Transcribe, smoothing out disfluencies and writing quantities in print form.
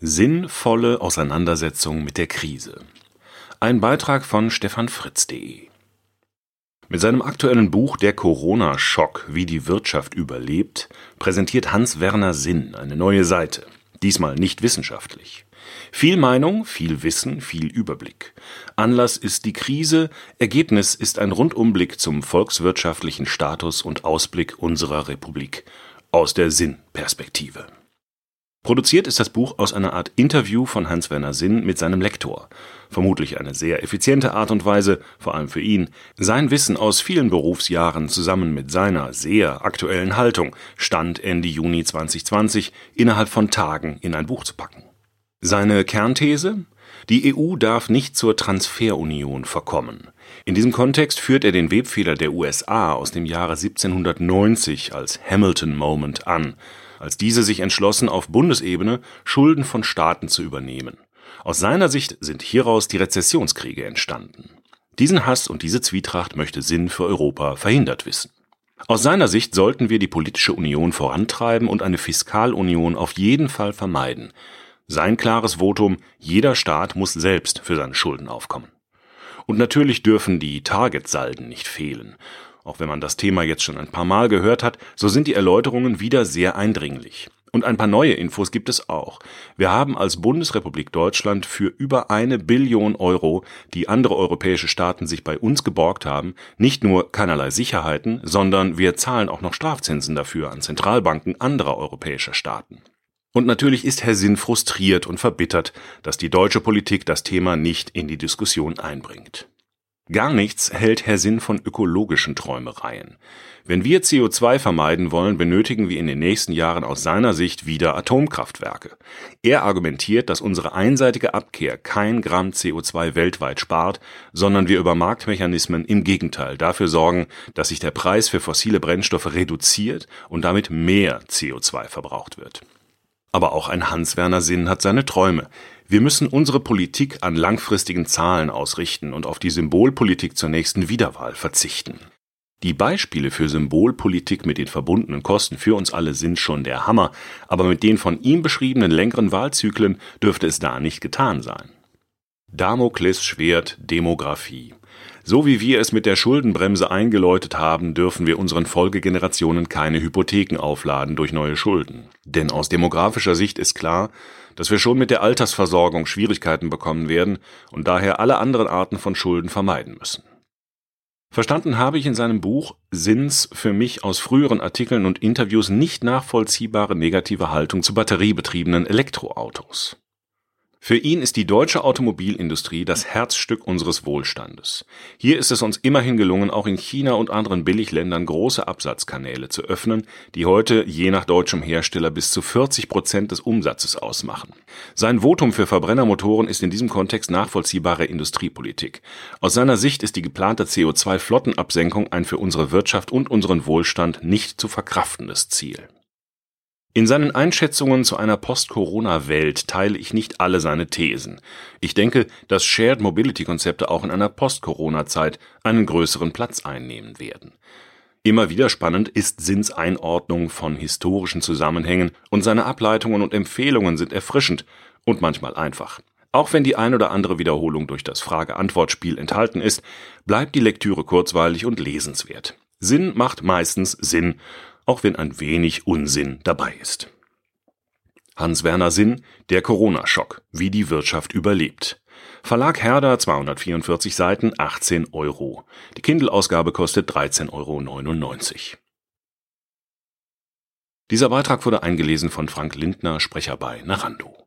Sinnvolle Auseinandersetzung mit der Krise. Ein Beitrag von stefanfritz.de. Mit seinem aktuellen Buch Der Corona-Schock, wie die Wirtschaft überlebt, präsentiert Hans-Werner Sinn eine neue Seite. Diesmal nicht wissenschaftlich. Viel Meinung, viel Wissen, viel Überblick. Anlass ist die Krise, Ergebnis ist ein Rundumblick zum volkswirtschaftlichen Status und Ausblick unserer Republik aus der Sinn-Perspektive. Produziert ist das Buch aus einer Art Interview von Hans-Werner Sinn mit seinem Lektor. Vermutlich eine sehr effiziente Art und Weise, vor allem für ihn, sein Wissen aus vielen Berufsjahren zusammen mit seiner sehr aktuellen Haltung, Stand Ende Juni 2020, innerhalb von Tagen in ein Buch zu packen. Seine Kernthese? Die EU darf nicht zur Transferunion verkommen. In diesem Kontext führt er den Webfehler der USA aus dem Jahre 1790 als Hamilton-Moment an, als diese sich entschlossen, auf Bundesebene Schulden von Staaten zu übernehmen. Aus seiner Sicht sind hieraus die Rezessionskriege entstanden. Diesen Hass und diese Zwietracht möchte Sinn für Europa verhindert wissen. Aus seiner Sicht sollten wir die politische Union vorantreiben und eine Fiskalunion auf jeden Fall vermeiden. Sein klares Votum: Jeder Staat muss selbst für seine Schulden aufkommen. Und natürlich dürfen die Target-Salden nicht fehlen. Auch wenn man das Thema jetzt schon ein paar Mal gehört hat, so sind die Erläuterungen wieder sehr eindringlich. Und ein paar neue Infos gibt es auch. Wir haben als Bundesrepublik Deutschland für über 1 Billion Euro, die andere europäische Staaten sich bei uns geborgt haben, nicht nur keinerlei Sicherheiten, sondern wir zahlen auch noch Strafzinsen dafür an Zentralbanken anderer europäischer Staaten. Und natürlich ist Herr Sinn frustriert und verbittert, dass die deutsche Politik das Thema nicht in die Diskussion einbringt. Gar nichts hält Herr Sinn von ökologischen Träumereien. Wenn wir CO2 vermeiden wollen, benötigen wir in den nächsten Jahren aus seiner Sicht wieder Atomkraftwerke. Er argumentiert, dass unsere einseitige Abkehr kein Gramm CO2 weltweit spart, sondern wir über Marktmechanismen im Gegenteil dafür sorgen, dass sich der Preis für fossile Brennstoffe reduziert und damit mehr CO2 verbraucht wird. Aber auch ein Hans-Werner Sinn hat seine Träume. Wir müssen unsere Politik an langfristigen Zahlen ausrichten und auf die Symbolpolitik zur nächsten Wiederwahl verzichten. Die Beispiele für Symbolpolitik mit den verbundenen Kosten für uns alle sind schon der Hammer, aber mit den von ihm beschriebenen längeren Wahlzyklen dürfte es da nicht getan sein. Damoklesschwert Demografie. So wie wir es mit der Schuldenbremse eingeläutet haben, dürfen wir unseren Folgegenerationen keine Hypotheken aufladen durch neue Schulden. Denn aus demografischer Sicht ist klar, dass wir schon mit der Altersversorgung Schwierigkeiten bekommen werden und daher alle anderen Arten von Schulden vermeiden müssen. Verstanden habe ich in seinem Buch Sinns für mich aus früheren Artikeln und Interviews nicht nachvollziehbare negative Haltung zu batteriebetriebenen Elektroautos. Für ihn ist die deutsche Automobilindustrie das Herzstück unseres Wohlstandes. Hier ist es uns immerhin gelungen, auch in China und anderen Billigländern große Absatzkanäle zu öffnen, die heute je nach deutschem Hersteller bis zu 40% des Umsatzes ausmachen. Sein Votum für Verbrennermotoren ist in diesem Kontext nachvollziehbare Industriepolitik. Aus seiner Sicht ist die geplante CO2-Flottenabsenkung ein für unsere Wirtschaft und unseren Wohlstand nicht zu verkraftendes Ziel. In seinen Einschätzungen zu einer Post-Corona-Welt teile ich nicht alle seine Thesen. Ich denke, dass Shared-Mobility-Konzepte auch in einer Post-Corona-Zeit einen größeren Platz einnehmen werden. Immer wieder spannend ist Sinns Einordnung von historischen Zusammenhängen und seine Ableitungen und Empfehlungen sind erfrischend und manchmal einfach. Auch wenn die ein oder andere Wiederholung durch das Frage-Antwort-Spiel enthalten ist, bleibt die Lektüre kurzweilig und lesenswert. Sinn macht meistens Sinn, auch wenn ein wenig Unsinn dabei ist. Hans-Werner Sinn, Der Corona-Schock, wie die Wirtschaft überlebt. Verlag Herder, 244 Seiten, 18 Euro. Die Kindle-Ausgabe kostet 13,99 Euro. Dieser Beitrag wurde eingelesen von Frank Lindner, Sprecher bei Narando.